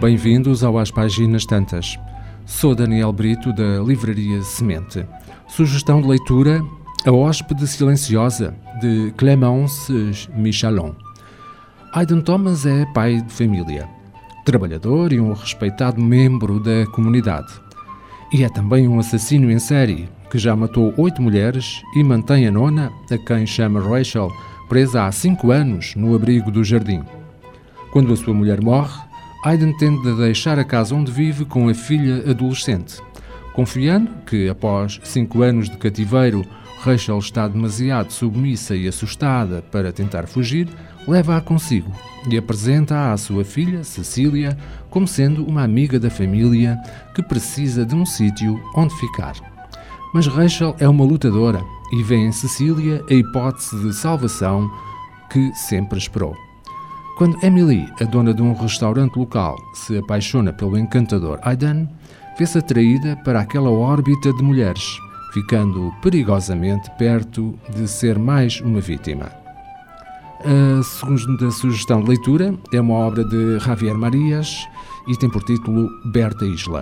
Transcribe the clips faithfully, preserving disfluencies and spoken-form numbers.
bem-vindos ao Às Páginas Tantas. Sou Daniel Brito, da Livraria Semente. Sugestão de leitura: A Hóspede Silenciosa, de Clémence Michalon. Aidan Thomas é pai de família, trabalhador e um respeitado membro da comunidade. E é também um assassino em série, que já matou oito mulheres e mantém a nona, a quem chama Rachel, presa há cinco anos no abrigo do jardim. Quando a sua mulher morre, Aidan tende a deixar a casa onde vive com a filha adolescente. Confiando que, após cinco anos de cativeiro, Rachel está demasiado submissa e assustada para tentar fugir, leva-a consigo e apresenta-a à sua filha, Cecília, como sendo uma amiga da família que precisa de um sítio onde ficar. Mas Rachel é uma lutadora e vê em Cecília a hipótese de salvação que sempre esperou. Quando Emily, a dona de um restaurante local, se apaixona pelo encantador Aidan, vê-se atraída para aquela órbita de mulheres, ficando perigosamente perto de ser mais uma vítima. A segunda sugestão de leitura é uma obra de Javier Marias e tem por título Berta Isla.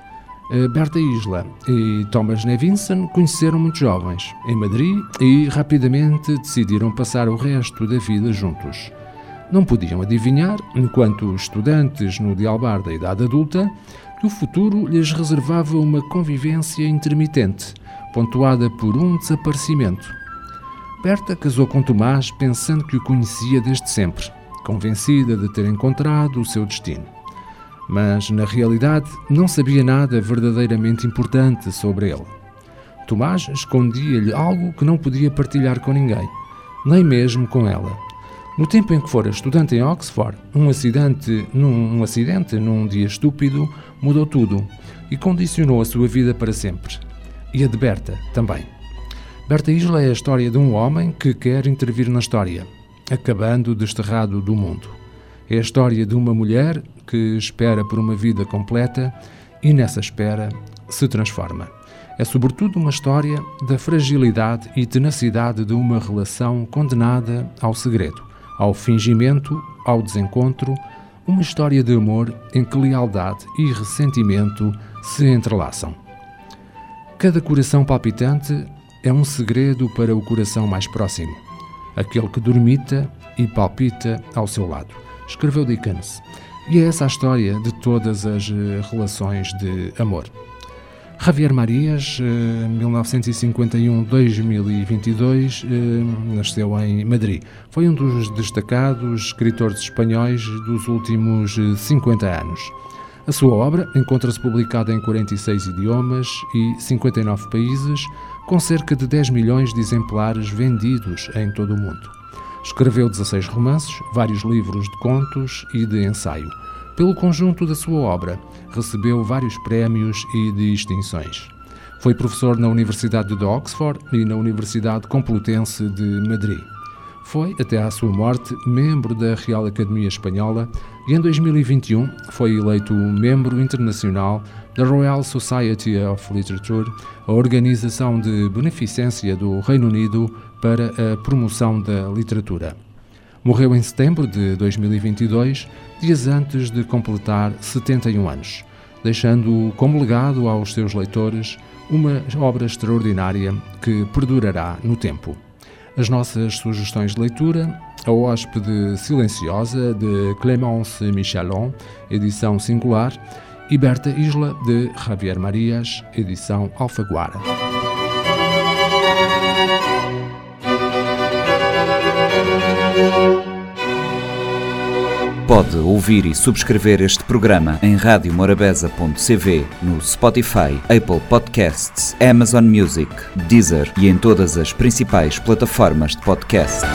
Berta Isla e Thomas Nevinson conheceram muito jovens em Madrid e rapidamente decidiram passar o resto da vida juntos. Não podiam adivinhar, enquanto estudantes no Dialbar da idade adulta, que o futuro lhes reservava uma convivência intermitente, pontuada por um desaparecimento. Berta casou com Tomás pensando que o conhecia desde sempre, convencida de ter encontrado o seu destino. Mas, na realidade, não sabia nada verdadeiramente importante sobre ele. Tomás escondia-lhe algo que não podia partilhar com ninguém, nem mesmo com ela. No tempo em que fora estudante em Oxford, um acidente num, um acidente num dia estúpido mudou tudo e condicionou a sua vida para sempre. E a de Berta também. Berta Isla é a história de um homem que quer intervir na história, acabando desterrado do mundo. É a história de uma mulher que espera por uma vida completa e, nessa espera, se transforma. É, sobretudo, uma história da fragilidade e tenacidade de uma relação condenada ao segredo, ao fingimento, ao desencontro, uma história de amor em que lealdade e ressentimento se entrelaçam. Cada coração palpitante é um segredo para o coração mais próximo, aquele que dormita e palpita ao seu lado, escreveu Dickens. E é essa a história de todas as relações de amor. Javier Marias, mil novecentos e cinquenta e um a dois mil e vinte e dois, nasceu em Madrid. Foi um dos destacados escritores espanhóis dos últimos cinquenta anos. A sua obra encontra-se publicada em quarenta e seis idiomas e cinquenta e nove países, com cerca de dez milhões de exemplares vendidos em todo o mundo. Escreveu dezasseis romances, vários livros de contos e de ensaio. Pelo conjunto da sua obra, recebeu vários prémios e distinções. Foi professor na Universidade de Oxford e na Universidade Complutense de Madrid. Foi, até à sua morte, membro da Real Academia Espanhola e em dois mil e vinte e um foi eleito membro internacional da Royal Society of Literature, a organização de beneficência do Reino Unido para a promoção da literatura. Morreu em setembro de dois mil e vinte e dois, dias antes de completar setenta e um anos, deixando como legado aos seus leitores uma obra extraordinária que perdurará no tempo. As nossas sugestões de leitura: A Hóspede Silenciosa, de Clémence Michalon, edição singular, e Berta Isla, de Javier Marias, edição Alfaguara. Pode ouvir e subscrever este programa em rádio morabeza ponto c v, no Spotify, Apple Podcasts, Amazon Music, Deezer e em todas as principais plataformas de podcast.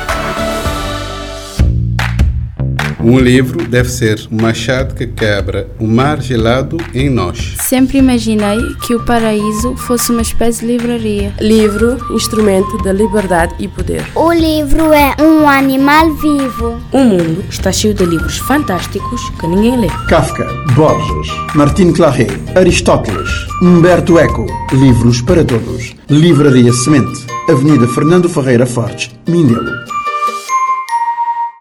Um livro deve ser um machado que quebra o mar gelado em nós. Sempre imaginei que o paraíso fosse uma espécie de livraria. Livro, instrumento da liberdade e poder. O livro é um animal vivo. O mundo está cheio de livros fantásticos que ninguém lê. Kafka, Borges, Martin Claret, Aristóteles, Humberto Eco. Livros para todos. Livraria Semente. Avenida Fernando Ferreira Fortes, Mindelo.